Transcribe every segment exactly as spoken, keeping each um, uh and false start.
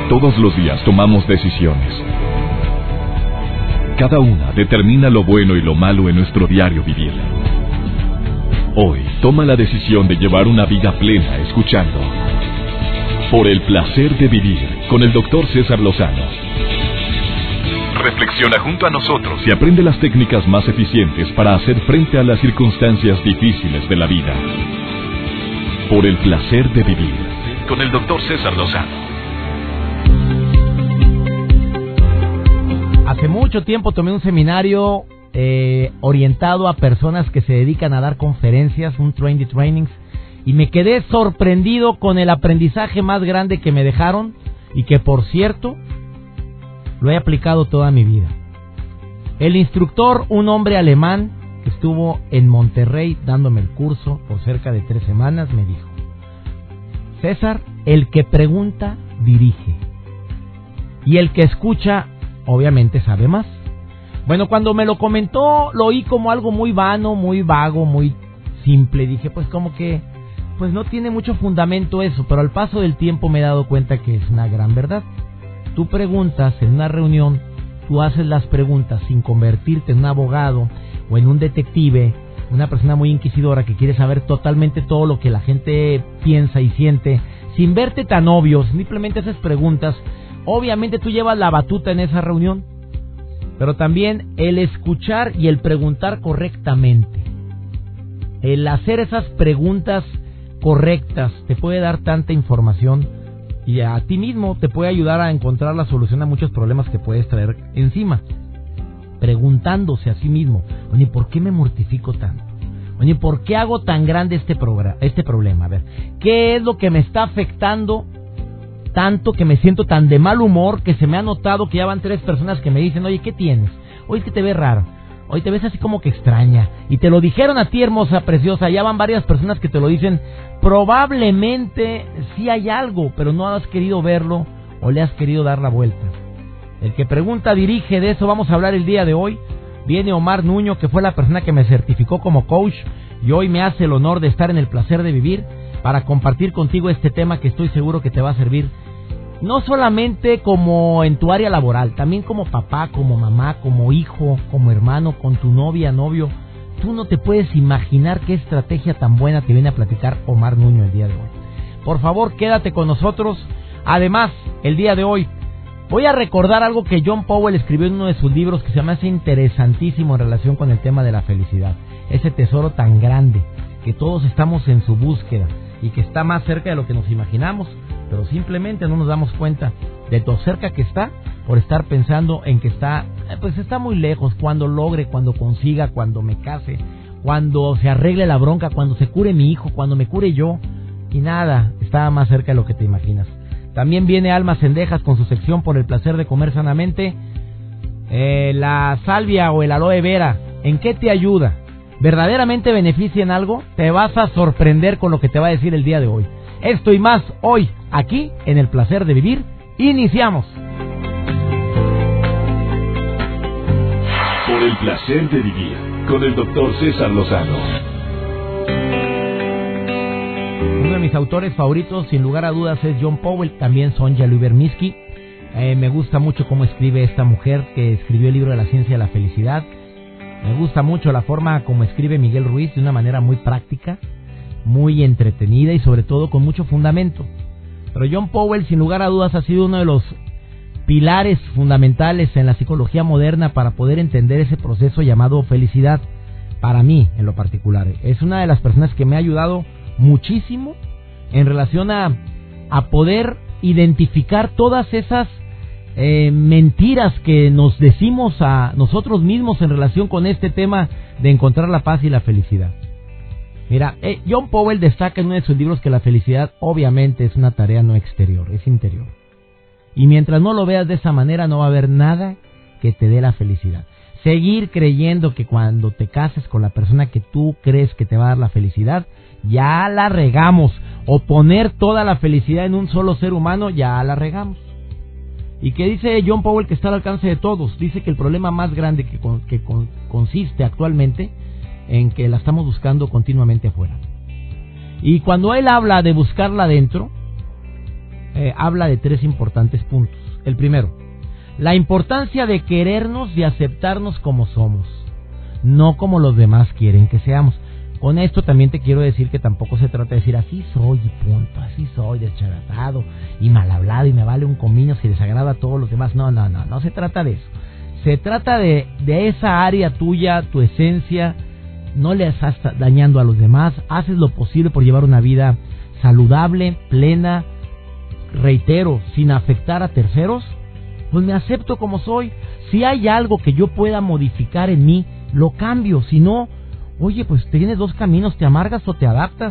Todos los días tomamos decisiones. Cada una determina lo bueno y lo malo en nuestro diario vivir. Hoy, toma la decisión de llevar una vida plena escuchando Por el placer de vivir con el doctor César Lozano. Reflexiona junto a nosotros y aprende las técnicas más eficientes para hacer frente a las circunstancias difíciles de la vida. Por el placer de vivir con el doctor César Lozano. Hace mucho tiempo tomé un seminario eh, orientado a personas que se dedican a dar conferencias, un train de trainings, y me quedé sorprendido con el aprendizaje más grande que me dejaron y que, por cierto, lo he aplicado toda mi vida. El instructor, un hombre alemán que estuvo en Monterrey dándome el curso por cerca de tres semanas, me dijo: César, el que pregunta dirige y el que escucha obviamente sabe más. Bueno, cuando me lo comentó, lo oí como algo muy vano, muy vago, muy simple. Dije, pues como que, pues no tiene mucho fundamento eso, pero al paso del tiempo me he dado cuenta que es una gran verdad. Tú preguntas en una reunión, tú haces las preguntas sin convertirte en un abogado o en un detective, una persona muy inquisidora que quiere saber totalmente todo lo que la gente piensa y siente, sin verte tan obvio, simplemente haces preguntas. Obviamente tú llevas la batuta en esa reunión, pero también el escuchar y el preguntar correctamente, el hacer esas preguntas correctas te puede dar tanta información y a ti mismo te puede ayudar a encontrar la solución a muchos problemas que puedes traer encima. Preguntándose a sí mismo, oye, ¿por qué me mortifico tanto? Oye, ¿por qué hago tan grande este, programa, este problema? A ver, ¿qué es lo que me está afectando tanto que me siento tan de mal humor que se me ha notado que ya van tres personas que me dicen, oye, ¿qué tienes? Oye, es que te ves raro. Oye, te ves así como que extraña. Y te lo dijeron a ti, hermosa, preciosa. Ya van varias personas que te lo dicen. Probablemente sí hay algo, pero no has querido verlo o le has querido dar la vuelta. El que pregunta dirige, de eso vamos a hablar el día de hoy. Viene Omar Nuño, que fue la persona que me certificó como coach y hoy me hace el honor de estar en el placer de vivir para compartir contigo este tema que estoy seguro que te va a servir. No solamente como en tu área laboral, también como papá, como mamá, como hijo, como hermano, con tu novia, novio. Tú no te puedes imaginar qué estrategia tan buena te viene a platicar Omar Nuño el día de hoy. Por favor, quédate con nosotros. Además, el día de hoy voy a recordar algo que John Powell escribió en uno de sus libros que se me hace interesantísimo en relación con el tema de la felicidad. Ese tesoro tan grande que todos estamos en su búsqueda y que está más cerca de lo que nos imaginamos, pero simplemente no nos damos cuenta de lo cerca que está por estar pensando en que está, pues está muy lejos. Cuando logre, cuando consiga, cuando me case, cuando se arregle la bronca, cuando se cure mi hijo, cuando me cure yo, y nada, está más cerca de lo que te imaginas. También viene Alma Cendejas con su sección Por el placer de comer sanamente. Eh, la salvia o el aloe vera, ¿en qué te ayuda? ¿Verdaderamente beneficia en algo? Te vas a sorprender con lo que te va a decir el día de hoy. Esto y más hoy, aquí, en el placer de vivir. Iniciamos. Por el placer de vivir, con el doctor César Lozano. Uno de mis autores favoritos, sin lugar a dudas, es John Powell, también Sonja Lyubomirsky. Eh, me gusta mucho cómo escribe esta mujer que escribió el libro de la ciencia de la felicidad. Me gusta mucho la forma como escribe Miguel Ruiz, de una manera muy práctica, muy entretenida y sobre todo con mucho fundamento. Pero John Powell, sin lugar a dudas, ha sido uno de los pilares fundamentales en la psicología moderna para poder entender ese proceso llamado felicidad. Para mí, en lo particular, es una de las personas que me ha ayudado muchísimo en relación a, a poder identificar todas esas Eh, mentiras que nos decimos a nosotros mismos en relación con este tema de encontrar la paz y la felicidad. Mira, eh, John Powell destaca en uno de sus libros que la felicidad obviamente es una tarea no exterior, es interior. Y mientras no lo veas de esa manera no va a haber nada que te dé la felicidad. Seguir creyendo que cuando te cases con la persona que tú crees que te va a dar la felicidad, ya la regamos. O poner toda la felicidad en un solo ser humano, ya la regamos. ¿Y qué dice John Powell? Que está al alcance de todos. Dice que el problema más grande que, con, que con, consiste actualmente en que la estamos buscando continuamente afuera. Y cuando él habla de buscarla adentro, eh, habla de tres importantes puntos. El primero, la importancia de querernos y aceptarnos como somos, no como los demás quieren que seamos. Con esto también te quiero decir que tampoco se trata de decir así soy y punto, así soy, descharatado y mal hablado y me vale un comino si desagrada a todos los demás. No, no, no, no se trata de eso. Se trata de, de esa área tuya, tu esencia, no le estás dañando a los demás, haces lo posible por llevar una vida saludable, plena, reitero, sin afectar a terceros, pues me acepto como soy. Si hay algo que yo pueda modificar en mí, lo cambio, si no, oye, pues tienes dos caminos, te amargas o te adaptas.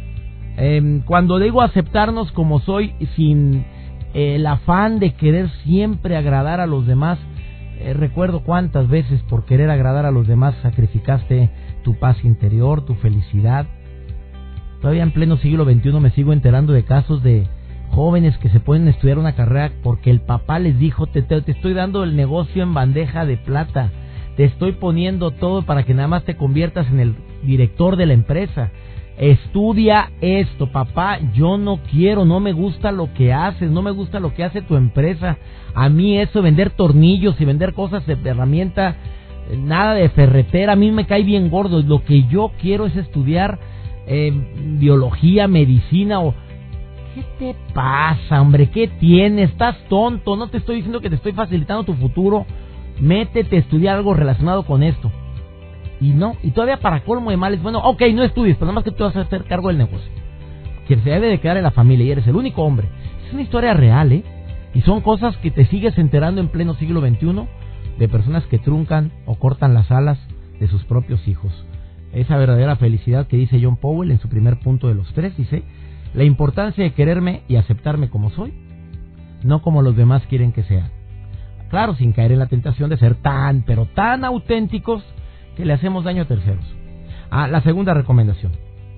Eh, cuando digo aceptarnos como soy, sin eh, el afán de querer siempre agradar a los demás, eh, recuerdo cuántas veces por querer agradar a los demás sacrificaste tu paz interior, tu felicidad. Todavía en pleno siglo veintiuno me sigo enterando de casos de jóvenes que se pueden estudiar una carrera porque el papá les dijo, te, te, te estoy dando el negocio en bandeja de plata, te estoy poniendo todo para que nada más te conviertas en el director de la empresa. Estudia esto, papá, yo no quiero, no me gusta lo que haces, no me gusta lo que hace tu empresa. A mí eso, vender tornillos y vender cosas de herramienta, nada de ferretera, a mí me cae bien gordo. Lo que yo quiero es estudiar eh, biología, medicina o... ¿Qué te pasa, hombre? ¿Qué tienes? ¿Estás tonto? No te estoy diciendo que te estoy facilitando tu futuro. Métete a estudiar algo relacionado con esto. Y no, y todavía para colmo de males, bueno, ok, no estudies, pero nada más que tú vas a hacer cargo del negocio. Quien se debe de quedar en la familia y eres el único hombre. Es una historia real, ¿eh? Y son cosas que te sigues enterando en pleno siglo veintiuno de personas que truncan o cortan las alas de sus propios hijos. Esa verdadera felicidad que dice John Powell en su primer punto de los tres, dice, la importancia de quererme y aceptarme como soy, no como los demás quieren que sea. Claro, sin caer en la tentación de ser tan, pero tan auténticos que le hacemos daño a terceros. Ah, la segunda recomendación.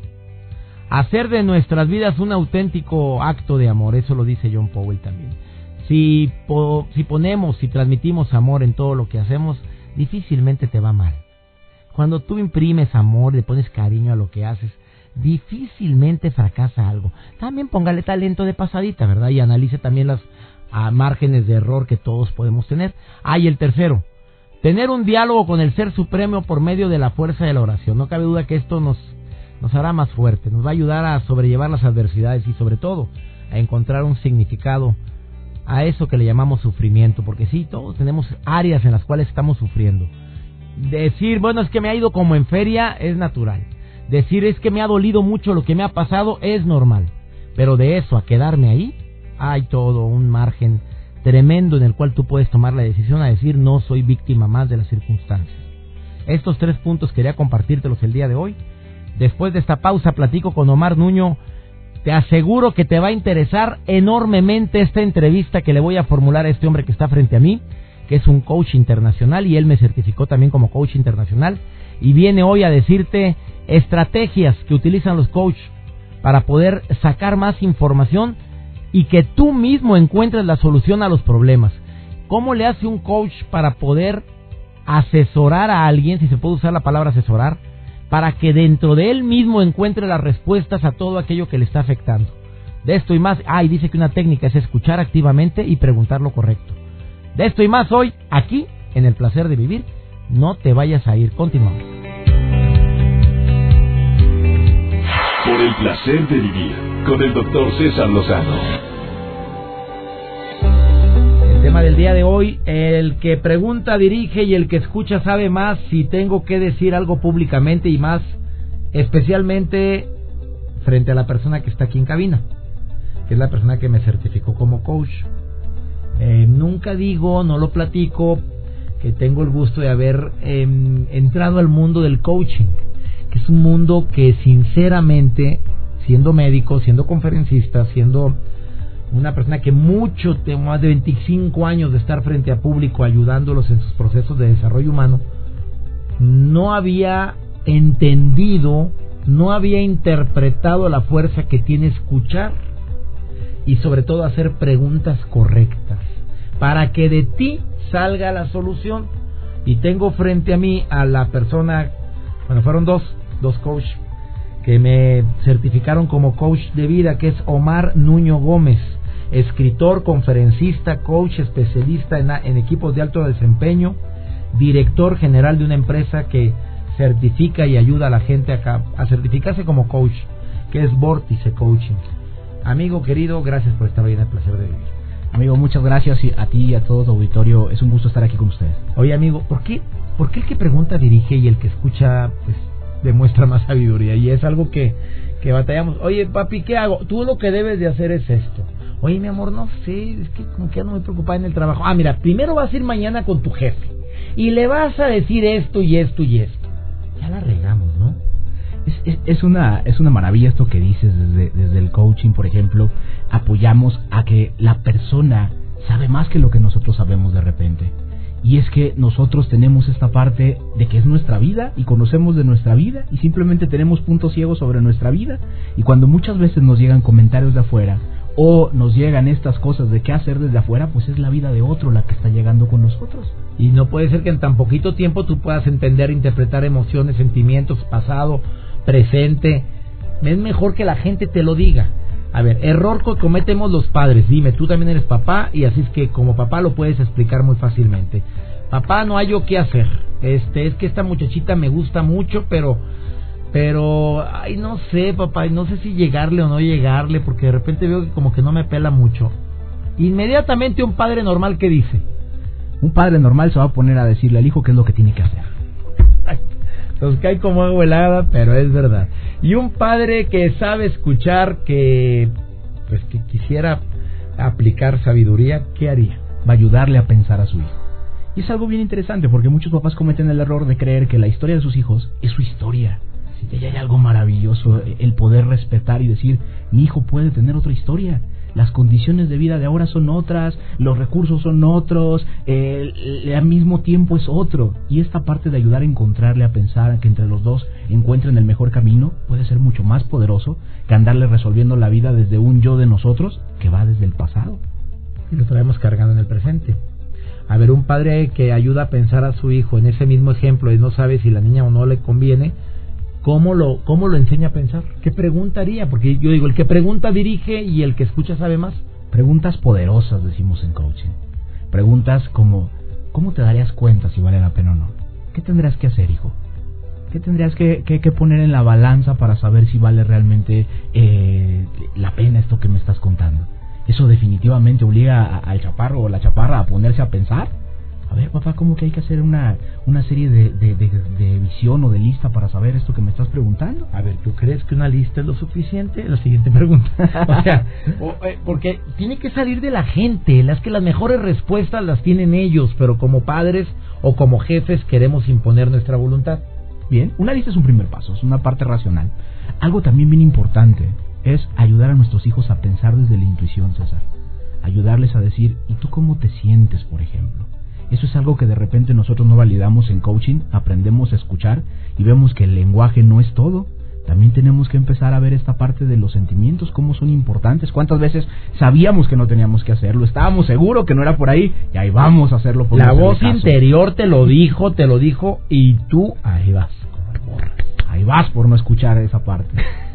Hacer de nuestras vidas un auténtico acto de amor. Eso lo dice John Powell también. Si, po, si ponemos, si transmitimos amor en todo lo que hacemos, difícilmente te va mal. Cuando tú imprimes amor, le pones cariño a lo que haces, difícilmente fracasa algo. También póngale talento de pasadita, ¿verdad? Y analice también las a márgenes de error que todos podemos tener. Ah, y el tercero, tener un diálogo con el Ser Supremo por medio de la fuerza de la oración. No cabe duda que esto nos, nos hará más fuertes, nos va a ayudar a sobrellevar las adversidades y sobre todo a encontrar un significado a eso que le llamamos sufrimiento, porque sí, todos tenemos áreas en las cuales estamos sufriendo. Decir, bueno, es que me ha ido como en feria, es natural. Decir, es que me ha dolido mucho lo que me ha pasado, es normal. Pero de eso a quedarme ahí, hay todo un margen tremendo en el cual tú puedes tomar la decisión a decir no soy víctima más de las circunstancias. Estos tres puntos quería compartírtelos el día de hoy. Después de esta pausa platico con Omar Nuño. Te aseguro que te va a interesar enormemente esta entrevista que le voy a formular a este hombre que está frente a mí, que es un coach internacional y él me certificó también como coach internacional y viene hoy a decirte estrategias que utilizan los coaches para poder sacar más información y que tú mismo encuentres la solución a los problemas. ¿Cómo le hace un coach para poder asesorar a alguien, si se puede usar la palabra asesorar, para que dentro de él mismo encuentre las respuestas a todo aquello que le está afectando? De esto y más, ah, y dice que una técnica es escuchar activamente y preguntar lo correcto. De esto y más hoy, aquí, en El Placer de Vivir. No te vayas a ir, continuamos. Por el placer de vivir, con el doctor César Lozano. El tema del día de hoy, el que pregunta dirige y el que escucha sabe más. Si tengo que decir algo públicamente y más, especialmente frente a la persona que está aquí en cabina, que es la persona que me certificó como coach. Eh, nunca digo, no lo platico, que tengo el gusto de haber eh, entrado al mundo del coaching, que es un mundo que sinceramente, siendo médico, siendo conferencista, siendo una persona que mucho, tengo más de veinticinco años de estar frente a público ayudándolos en sus procesos de desarrollo humano, no había entendido, no había interpretado la fuerza que tiene escuchar y sobre todo hacer preguntas correctas para que de ti salga la solución. Y tengo frente a mí a la persona, bueno, fueron dos, dos coaches que me certificaron como coach de vida, que es Omar Nuño Gómez. escritor, conferencista, coach, especialista en, en equipos de alto desempeño, director general de una empresa que certifica y ayuda a la gente a, a certificarse como coach, que es Vórtice Coaching. Amigo querido, gracias por estar hoy en El Placer de Vivir. Amigo, muchas gracias a ti y a todo tu auditorio. Es un gusto estar aquí con ustedes. Oye, amigo, ¿por qué, ¿por qué el que pregunta dirige y el que escucha pues demuestra más sabiduría? Y es algo que, que batallamos. Oye, papi, ¿qué hago? Tú lo que debes de hacer es esto. Oye, mi amor, no sé, es que como que ando muy preocupada en el trabajo. Ah, mira, primero vas a ir mañana con tu jefe y le vas a decir esto y esto y esto. Ya la regamos, ¿no? Es, es, es una es una maravilla esto que dices desde, desde el coaching, por ejemplo. Apoyamos a que la persona sabe más que lo que nosotros sabemos de repente. Y es que nosotros tenemos esta parte de que es nuestra vida y conocemos de nuestra vida y simplemente tenemos puntos ciegos sobre nuestra vida. Y cuando muchas veces nos llegan comentarios de afuera o nos llegan estas cosas de qué hacer desde afuera, pues es la vida de otro la que está llegando con nosotros. Y no puede ser que en tan poquito tiempo tú puedas entender, interpretar emociones, sentimientos, pasado, presente. Es mejor que la gente te lo diga. A ver, error que cometemos los padres. Dime, tú también eres papá y así es que como papá lo puedes explicar muy fácilmente. Papá, no hay yo qué hacer. Este, es que esta muchachita me gusta mucho, pero, pero, ay, no sé, papá, no sé si llegarle o no llegarle, porque de repente veo que como que no me pela mucho. Inmediatamente un padre normal, ¿qué dice? Un padre normal se va a poner a decirle al hijo qué es lo que tiene que hacer. Nos cae como agua helada, pero es verdad. Y un padre que sabe escuchar, que pues que quisiera aplicar sabiduría, ¿qué haría? Va a ayudarle a pensar a su hijo. Y es algo bien interesante porque muchos papás cometen el error de creer que la historia de sus hijos es su historia. Y ahí hay algo maravilloso, el poder respetar y decir, mi hijo puede tener otra historia. Las condiciones de vida de ahora son otras, los recursos son otros, el, al mismo tiempo es otro. Y esta parte de ayudar a encontrarle, a pensar que entre los dos encuentren el mejor camino, puede ser mucho más poderoso que andarle resolviendo la vida desde un yo de nosotros que va desde el pasado. Y lo traemos cargando en el presente. A ver, un padre que ayuda a pensar a su hijo en ese mismo ejemplo y no sabe si la niña o no le conviene, ¿Cómo lo, ¿Cómo lo enseña a pensar? ¿Qué preguntaría? Porque yo digo, el que pregunta dirige y el que escucha sabe más. Preguntas poderosas, decimos en coaching. Preguntas como, ¿cómo te darías cuenta si vale la pena o no? ¿Qué tendrías que hacer, hijo? ¿Qué tendrías que, que, que poner en la balanza para saber si vale realmente eh, la pena esto que me estás contando? ¿Eso definitivamente obliga al chaparro o la chaparra a ponerse a pensar? A ver, papá, ¿cómo que hay que hacer una, una serie de, de, de, de visión o de lista para saber esto que me estás preguntando? A ver, ¿tú crees que una lista es lo suficiente? La siguiente pregunta. O sea, o, eh, porque tiene que salir de la gente. Las que las mejores respuestas las tienen ellos, pero como padres o como jefes queremos imponer nuestra voluntad. Bien, una lista es un primer paso, es una parte racional. Algo también bien importante es ayudar a nuestros hijos a pensar desde la intuición, César. Ayudarles a decir, ¿y tú cómo te sientes, por ejemplo? Eso es algo que de repente nosotros no validamos en coaching, aprendemos a escuchar y vemos que el lenguaje no es todo. También tenemos que empezar a ver esta parte de los sentimientos, cómo son importantes. ¿Cuántas veces sabíamos que no teníamos que hacerlo? Estábamos seguros que no era por ahí y ahí vamos a hacerlo por la voz interior te lo dijo, te lo dijo y tú ahí vas, como borras. Ahí vas por no escuchar esa parte.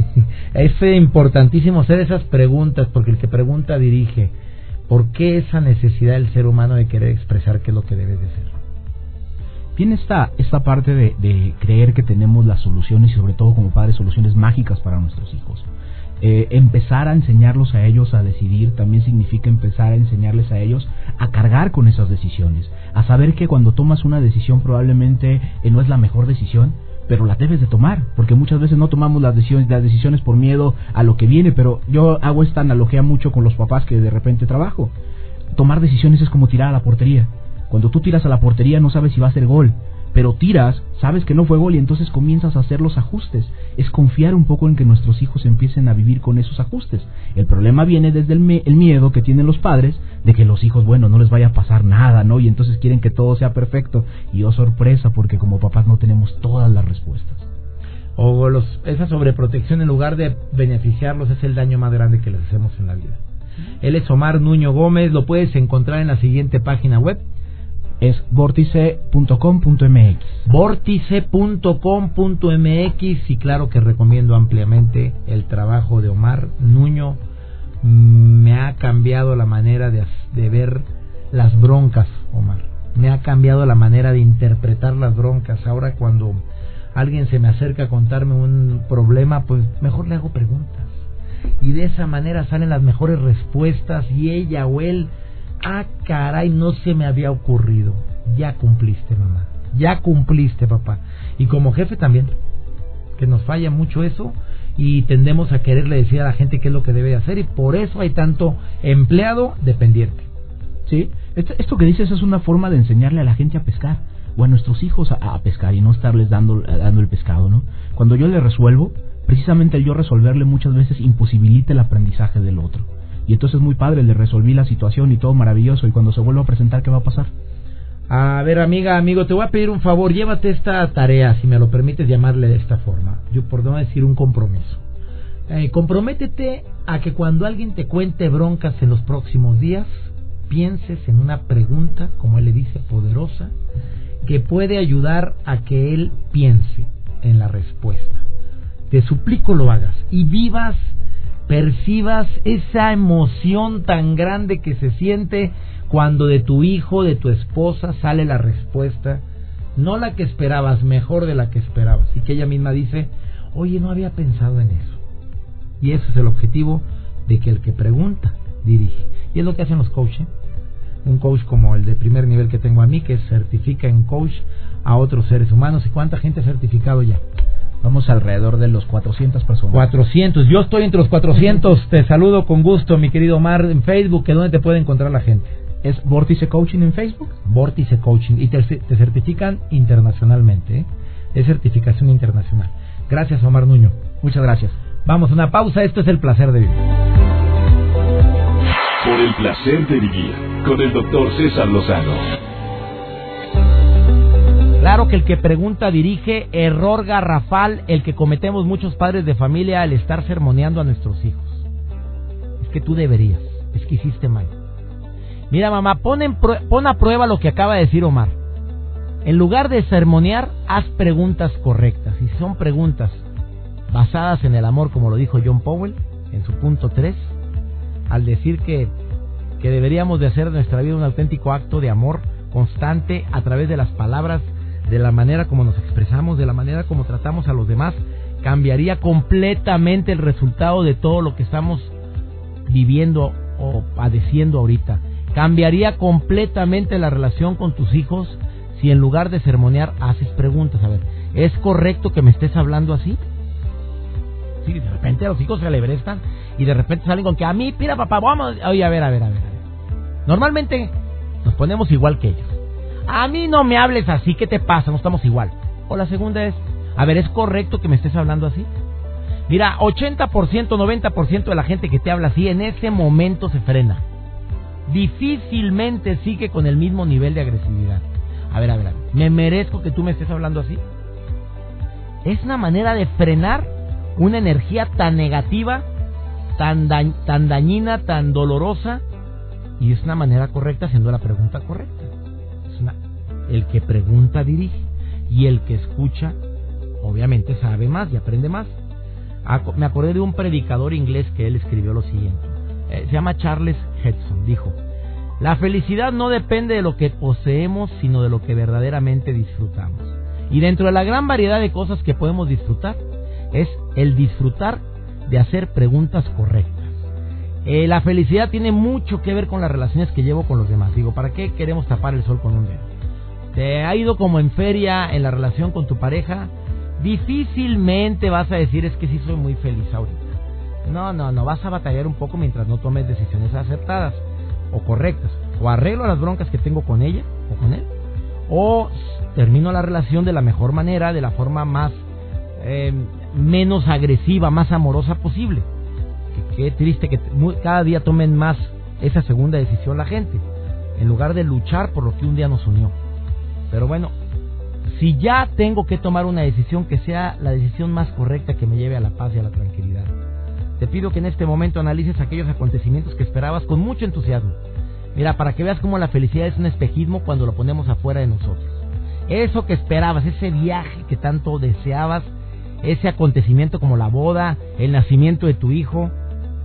Es importantísimo hacer esas preguntas porque el que pregunta dirige. ¿Por qué esa necesidad del ser humano de querer expresar qué es lo que debe de ser? Tiene esta, esta parte de, de creer que tenemos las soluciones y sobre todo como padres soluciones mágicas para nuestros hijos. Eh, empezar a enseñarlos a ellos a decidir también significa empezar a enseñarles a ellos a cargar con esas decisiones. A saber que cuando tomas una decisión probablemente eh, no es la mejor decisión, pero la debes de tomar, porque muchas veces no tomamos las decisiones, las decisiones por miedo a lo que viene, pero yo hago esta analogía mucho con los papás que de repente trabajo. Tomar decisiones es como tirar a la portería. Cuando tú tiras a la portería no sabes si va a ser gol, pero tiras, sabes que no fue gol y entonces comienzas a hacer los ajustes. Es confiar un poco en que nuestros hijos empiecen a vivir con esos ajustes. El problema viene desde el, me- el miedo que tienen los padres de que los hijos, bueno, no les vaya a pasar nada, ¿no? Y entonces quieren que todo sea perfecto. Y oh, sorpresa, porque como papás no tenemos todas las respuestas. O los, esa sobreprotección en lugar de beneficiarlos es el daño más grande que les hacemos en la vida. Él es Omar Nuño Gómez, lo puedes encontrar en la siguiente página web. Es vórtice punto com punto m x. vórtice punto com punto m x y claro que recomiendo ampliamente el trabajo de Omar Nuño. Me ha ha cambiado la manera de, de ver las broncas, Omar. Me ha cambiado la manera de interpretar las broncas. Ahora cuando alguien se me acerca a contarme un problema, pues mejor le hago preguntas. Y de esa manera salen las mejores respuestas y ella o él, ah, caray, no se me había ocurrido. Ya cumpliste, mamá. Ya cumpliste, papá. Y como jefe también, que nos falla mucho eso y tendemos a quererle decir a la gente qué es lo que debe hacer y por eso hay tanto empleado dependiente. Sí, esto, esto que dices es una forma de enseñarle a la gente a pescar o a nuestros hijos a, a pescar y no estarles dando, dando el pescado, ¿no? Cuando yo le resuelvo, precisamente el yo resolverle muchas veces imposibilita el aprendizaje del otro. Y entonces muy padre, le resolví la situación y todo maravilloso, y cuando se vuelva a presentar, ¿qué va a pasar? A ver, amiga, amigo, te voy a pedir un favor, llévate esta tarea, si me lo permites llamarle de esta forma, yo por no decir un compromiso. Eh, comprométete a que cuando alguien te cuente broncas en los próximos días, pienses en una pregunta, como él le dice, poderosa, que puede ayudar a que él piense en la respuesta. Te suplico lo hagas y vivas, percibas esa emoción tan grande que se siente cuando de tu hijo, de tu esposa sale la respuesta, no la que esperabas, mejor de la que esperabas, y que ella misma dice, oye, no había pensado en eso. Y ese es el objetivo de que el que pregunta dirige. Y es lo que hacen los coaches. Un coach como el de primer nivel que tengo a mí, que certifica en coach a otros seres humanos. ¿Y cuánta gente ha certificado ya? Vamos alrededor de los cuatrocientas personas. cuatrocientos, yo estoy entre los cuatrocientos. Te saludo con gusto, mi querido Omar, en Facebook, ¿que dónde te puede encontrar la gente? ¿Es Vórtice Coaching en Facebook? Vórtice Coaching, y te, te certifican internacionalmente, ¿eh? Es certificación internacional. Gracias, Omar Nuño. Muchas gracias. Vamos a una pausa, esto es El Placer de Vivir. Por el placer de vivir, con el doctor César Lozano. Claro que el que pregunta dirige, error garrafal el que cometemos muchos padres de familia al estar sermoneando a nuestros hijos. Es que tú deberías, es que hiciste mal. Mira, mamá, pon, en pr- pon a prueba lo que acaba de decir Omar. En lugar de sermonear, haz preguntas correctas. Y si son preguntas basadas en el amor, como lo dijo John Powell en su punto tres, al decir que, que deberíamos de hacer de nuestra vida un auténtico acto de amor constante a través de las palabras, de la manera como nos expresamos, de la manera como tratamos a los demás, cambiaría completamente el resultado de todo lo que estamos viviendo o padeciendo ahorita. Cambiaría completamente la relación con tus hijos si en lugar de sermonear haces preguntas. A ver, ¿es correcto que me estés hablando así? Sí, de repente los hijos se alebrestan y de repente salen con que a mí, mira papá, vamos, oye, a ver, a ver, a ver. Normalmente nos ponemos igual que ellos. A mí no me hables así, ¿qué te pasa? No estamos igual. O la segunda es, a ver, ¿es correcto que me estés hablando así? Mira, ochenta por ciento, noventa por ciento de la gente que te habla así, en ese momento se frena. Difícilmente sigue con el mismo nivel de agresividad. A ver, a ver, a ver, ¿me merezco que tú me estés hablando así? Es una manera de frenar una energía tan negativa, tan, da- tan dañina, tan dolorosa, y es una manera correcta haciendo la pregunta correcta. Es una, el que pregunta dirige, y el que escucha obviamente sabe más y aprende más. Aco- me acordé de un predicador inglés que él escribió lo siguiente, eh, se llama Charles Hudson. Dijo: la felicidad no depende de lo que poseemos, sino de lo que verdaderamente disfrutamos. Y dentro de la gran variedad de cosas que podemos disfrutar, es el disfrutar de hacer preguntas correctas. Eh, la felicidad tiene mucho que ver con las relaciones que llevo con los demás. Digo, ¿para qué queremos tapar el sol con un dedo? ¿Te ha ido como en feria en la relación con tu pareja? Difícilmente vas a decir, es que sí soy muy feliz ahorita. No, no, no, vas a batallar un poco mientras no tomes decisiones acertadas o correctas. O arreglo las broncas que tengo con ella o con él, o termino la relación de la mejor manera, de la forma más eh, menos agresiva, más amorosa posible. Qué triste que muy, cada día tomen más esa segunda decisión la gente, en lugar de luchar por lo que un día nos unió. Pero bueno, si ya tengo que tomar una decisión, que sea la decisión más correcta, que me lleve a la paz y a la tranquilidad. Te pido que en este momento analices aquellos acontecimientos que esperabas con mucho entusiasmo. Mira, para que veas cómo la felicidad es un espejismo cuando lo ponemos afuera de nosotros. Eso que esperabas, ese viaje que tanto deseabas, ese acontecimiento como la boda, el nacimiento de tu hijo,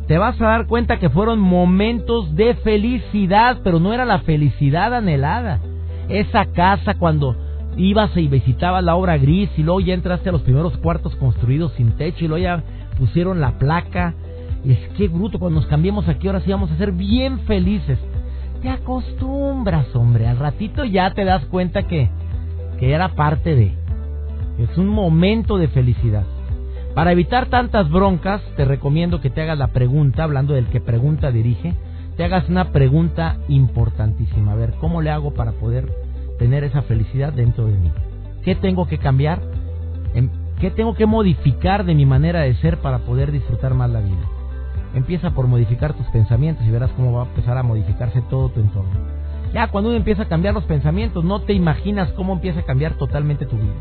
te vas a dar cuenta que fueron momentos de felicidad, pero no era la felicidad anhelada. Esa casa cuando ibas y visitabas la obra gris y luego ya entraste a los primeros cuartos construidos sin techo y luego ya pusieron la placa. Y es que bruto, cuando nos cambiemos aquí ahora sí vamos a ser bien felices. Te acostumbras, hombre, al ratito ya te das cuenta que, que era parte de... Es un momento de felicidad. Para evitar tantas broncas, te recomiendo que te hagas la pregunta, hablando del que pregunta dirige, te hagas una pregunta importantísima. A ver, ¿cómo le hago para poder tener esa felicidad dentro de mí? ¿Qué tengo que cambiar? ¿Qué tengo que modificar de mi manera de ser para poder disfrutar más la vida? Empieza por modificar tus pensamientos y verás cómo va a empezar a modificarse todo tu entorno. Ya cuando uno empieza a cambiar los pensamientos, no te imaginas cómo empieza a cambiar totalmente tu vida.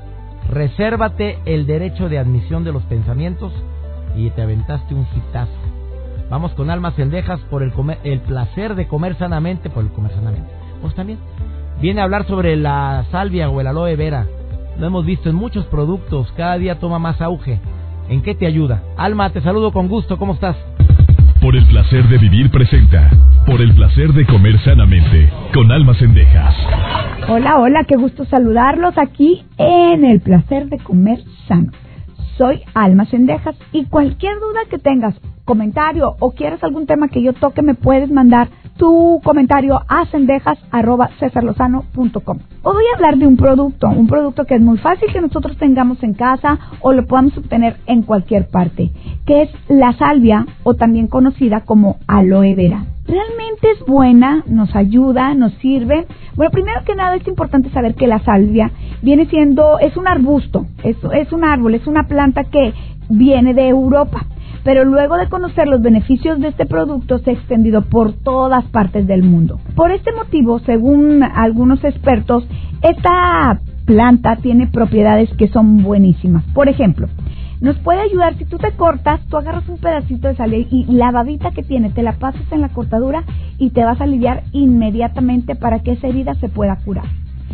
Resérvate el derecho de admisión de los pensamientos y te aventaste un hitazo. Vamos con Almas Cendejas por el, comer, el placer de comer sanamente, por el comer sanamente. Pues también viene a hablar sobre la salvia o el aloe vera. Lo hemos visto en muchos productos, cada día toma más auge. ¿En qué te ayuda? Alma, te saludo con gusto, ¿cómo estás? Por el placer de vivir presenta, por el placer de comer sanamente, con Almas Cendejas. Hola, hola, qué gusto saludarlos aquí en el placer de comer sano. Soy Almas Cendejas y cualquier duda que tengas, comentario o quieras algún tema que yo toque, me puedes mandar tu comentario a cendejas arroba cesar lozano punto com. Hoy voy a hablar de un producto, un producto que es muy fácil que nosotros tengamos en casa o lo podamos obtener en cualquier parte, que es la salvia o también conocida como aloe vera. Realmente es buena, nos ayuda, nos sirve. Bueno, primero que nada es importante saber que la salvia viene siendo, es un arbusto, es, es un árbol, es una planta que viene de Europa. Pero luego de conocer los beneficios de este producto se ha extendido por todas partes del mundo. Por este motivo, según algunos expertos, esta planta tiene propiedades que son buenísimas. Por ejemplo, nos puede ayudar si tú te cortas, tú agarras un pedacito de salvia y la babita que tiene te la pasas en la cortadura y te vas a aliviar inmediatamente para que esa herida se pueda curar.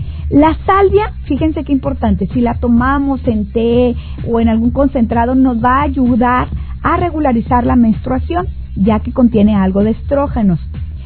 La salvia, fíjense qué importante, si la tomamos en té o en algún concentrado, nos va a ayudar a regularizar la menstruación, ya que contiene algo de estrógenos.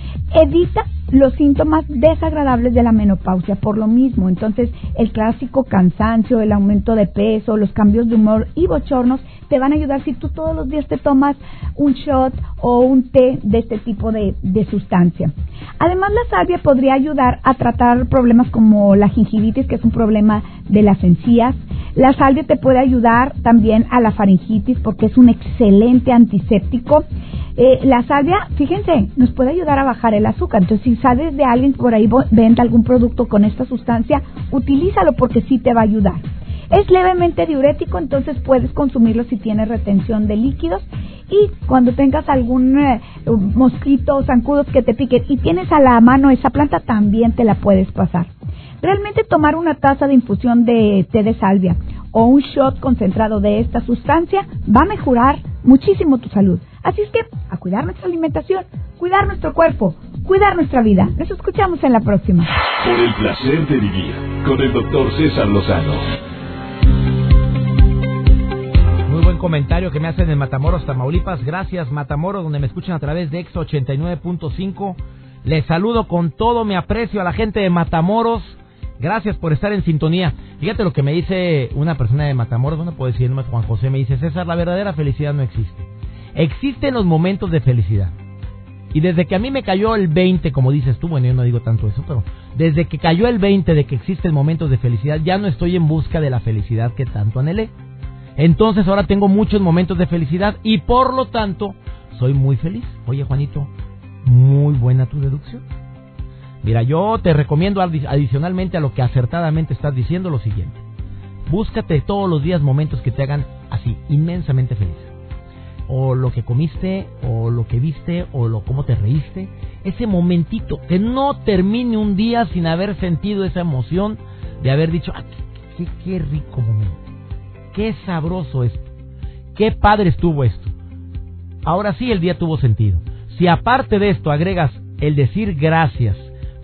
Evita los síntomas desagradables de la menopausia por lo mismo. Entonces, el clásico cansancio, el aumento de peso, los cambios de humor y bochornos te van a ayudar si tú todos los días te tomas un shot o un té de este tipo de, de sustancia. Además, la salvia podría ayudar a tratar problemas como la gingivitis, que es un problema de las encías. La salvia te puede ayudar también a la faringitis porque es un excelente antiséptico. Eh, la salvia, fíjense, nos puede ayudar a bajar el azúcar. Entonces, si sabes de alguien por ahí vende algún producto con esta sustancia, utilízalo porque sí te va a ayudar. Es levemente diurético, entonces puedes consumirlo si tienes retención de líquidos. Y cuando tengas algún eh, mosquito o zancudos que te piquen y tienes a la mano esa planta, también te la puedes pasar. Realmente tomar una taza de infusión de té de salvia o un shot concentrado de esta sustancia va a mejorar muchísimo tu salud. Así es que a cuidar nuestra alimentación, cuidar nuestro cuerpo, cuidar nuestra vida. Nos escuchamos en la próxima. Por el placer de vivir con el doctor César Lozano. Muy buen comentario que me hacen en Matamoros, Tamaulipas. Gracias, Matamoros, donde me escuchan a través de Exa ochenta y nueve punto cinco. Les saludo con todo mi aprecio a la gente de Matamoros. Gracias por estar en sintonía. Fíjate lo que me dice una persona de Matamoros, no puedo decir, Juan José, me dice: César, la verdadera felicidad no existe. Existen los momentos de felicidad. Y desde que a mí me cayó el veinte, como dices tú, bueno, yo no digo tanto eso, pero desde que cayó el veinte de que existen momentos de felicidad, ya no estoy en busca de la felicidad que tanto anhelé. Entonces ahora tengo muchos momentos de felicidad y por lo tanto soy muy feliz. Oye, Juanito, muy buena tu deducción. Mira, yo te recomiendo adicionalmente a lo que acertadamente estás diciendo lo siguiente: búscate todos los días momentos que te hagan así inmensamente feliz. O lo que comiste, o lo que viste, o lo cómo te reíste. Ese momentito, que no termine un día sin haber sentido esa emoción de haber dicho: ah, qué, qué, qué rico momento, qué sabroso esto, qué padre estuvo esto. Ahora sí el día tuvo sentido. Si aparte de esto agregas el decir gracias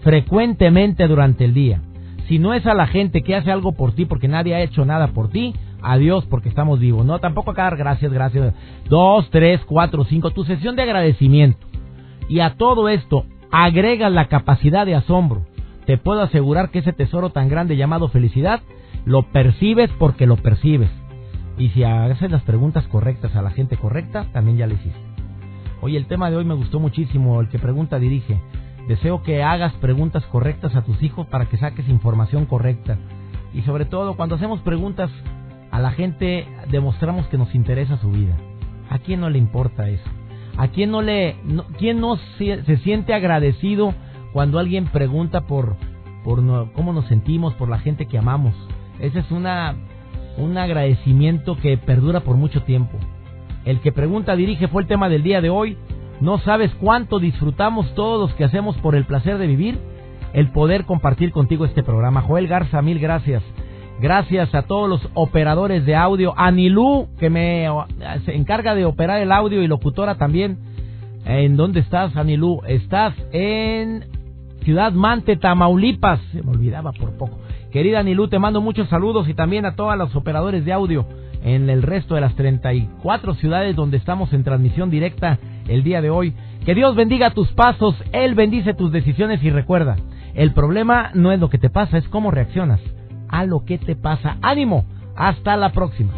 frecuentemente durante el día, si no es a la gente que hace algo por ti porque nadie ha hecho nada por ti, a Dios porque estamos vivos. No, tampoco acá gracias, gracias. Dos, tres, cuatro, cinco. Tu sesión de agradecimiento. Y a todo esto, agregas la capacidad de asombro. Te puedo asegurar que ese tesoro tan grande llamado felicidad, lo percibes porque lo percibes. Y si haces las preguntas correctas a la gente correcta, también ya lo hiciste. Oye, el tema de hoy me gustó muchísimo. El que pregunta dirige. Deseo que hagas preguntas correctas a tus hijos para que saques información correcta. Y sobre todo, cuando hacemos preguntas a la gente, demostramos que nos interesa su vida. ¿A quién no le importa eso? ¿A quién no le, no, quién no se, se siente agradecido cuando alguien pregunta por, por no, cómo nos sentimos, por la gente que amamos? Ese es una, un agradecimiento que perdura por mucho tiempo. El que pregunta dirige fue el tema del día de hoy. No sabes cuánto disfrutamos todos los que hacemos por el placer de vivir, el poder compartir contigo este programa. Joel Garza, mil gracias. Gracias a todos los operadores de audio. Anilú, que me se encarga de operar el audio y locutora también. ¿En dónde estás, Anilú? Estás en Ciudad Mante, Tamaulipas. Se me olvidaba por poco. Querida Anilú, te mando muchos saludos y también a todos los operadores de audio en el resto de las treinta y cuatro ciudades donde estamos en transmisión directa el día de hoy. Que Dios bendiga tus pasos, Él bendice tus decisiones y recuerda, el problema no es lo que te pasa, es cómo reaccionas a lo que te pasa. ¡Ánimo! Hasta la próxima.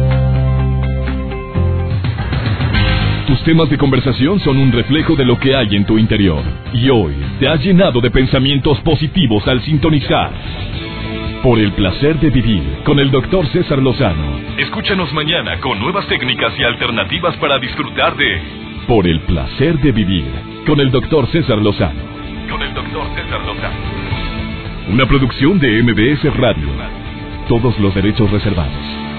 Tus temas de conversación son un reflejo de lo que hay en tu interior. Y hoy te has llenado de pensamientos positivos al sintonizar Por el placer de vivir con el doctor César Lozano. Escúchanos mañana con nuevas técnicas y alternativas para disfrutar de Por el placer de vivir con el doctor César Lozano. Con el doctor César Lozano. Una producción de M B S Radio. Todos los derechos reservados.